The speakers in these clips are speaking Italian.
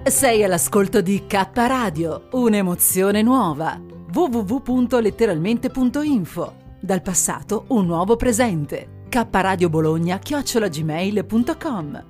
Sei all'ascolto di K Radio, un'emozione nuova. www.letteralmente.info. Dal passato un nuovo presente. kradiobologna@gmail.com.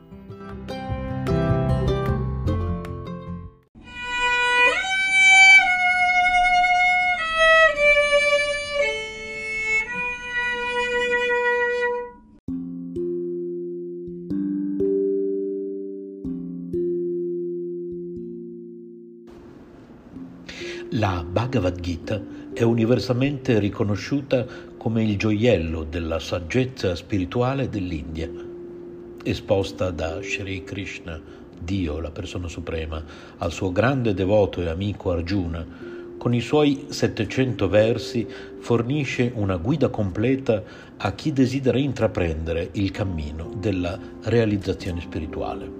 La Bhagavad Gita è universalmente riconosciuta come il gioiello della saggezza spirituale dell'India. Esposta da Shri Krishna, Dio, la persona suprema, al suo grande devoto e amico Arjuna, con i suoi 700 versi fornisce una guida completa a chi desidera intraprendere il cammino della realizzazione spirituale.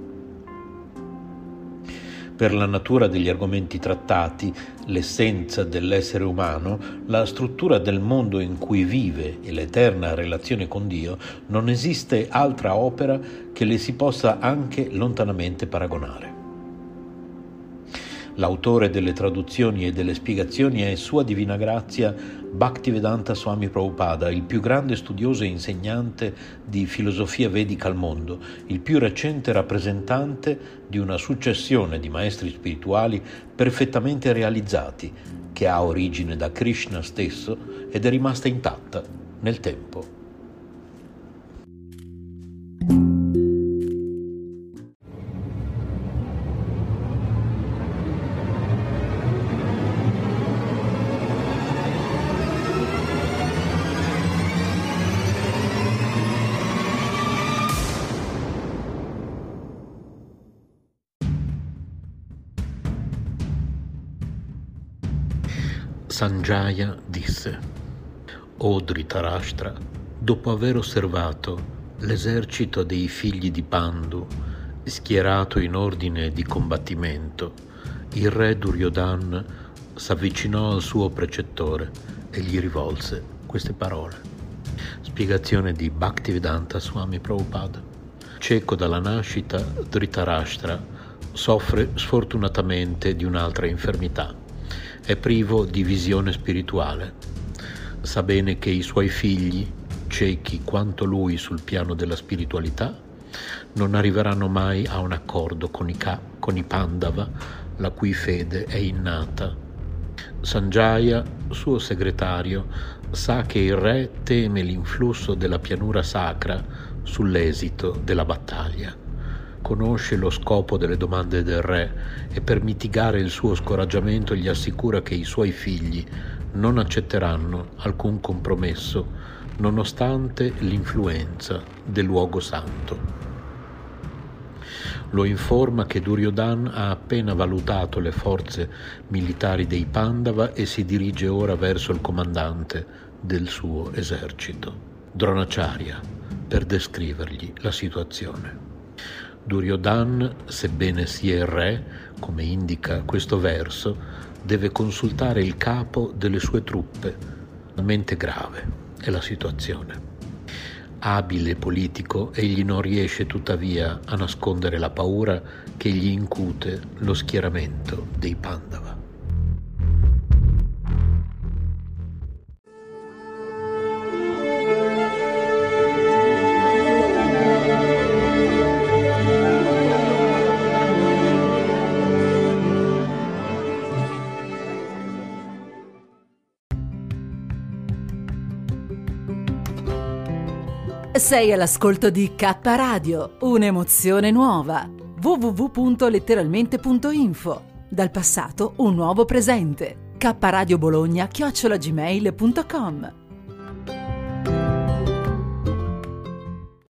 Per la natura degli argomenti trattati, l'essenza dell'essere umano, la struttura del mondo in cui vive e l'eterna relazione con Dio, non esiste altra opera che le si possa anche lontanamente paragonare. L'autore delle traduzioni e delle spiegazioni è Sua Divina Grazia Bhaktivedanta Swami Prabhupada, il più grande studioso e insegnante di filosofia vedica al mondo, il più recente rappresentante di una successione di maestri spirituali perfettamente realizzati, che ha origine da Krishna stesso ed è rimasta intatta nel tempo. Sanjaya disse: O Dhritarashtra, dopo aver osservato l'esercito dei figli di Pandu schierato in ordine di combattimento, il re Duryodhana s'avvicinò al suo precettore e gli rivolse queste parole. Spiegazione di Bhaktivedanta Swami Prabhupada. Cieco dalla nascita, Dhritarashtra soffre sfortunatamente di un'altra infermità. È privo di visione spirituale. Sa bene che i suoi figli, ciechi quanto lui sul piano della spiritualità, non arriveranno mai a un accordo con i Pandava, la cui fede è innata. Sanjaya, suo segretario, sa che il re teme l'influsso della pianura sacra sull'esito della battaglia. Conosce lo scopo delle domande del re e per mitigare il suo scoraggiamento gli assicura che i suoi figli non accetteranno alcun compromesso nonostante l'influenza del luogo santo. Lo informa che Duryodhana ha appena valutato le forze militari dei Pandava e si dirige ora verso il comandante del suo esercito, Dronacharya, per descrivergli la situazione. Duryodhana, sebbene sia il re, come indica questo verso, deve consultare il capo delle sue truppe. Talmente grave è la situazione. Abile politico, egli non riesce tuttavia a nascondere la paura che gli incute lo schieramento dei Pandava. Sei all'ascolto di K Radio, un'emozione nuova. www.letteralmente.info. Dal passato un nuovo presente. kradiobologna@gmail.com.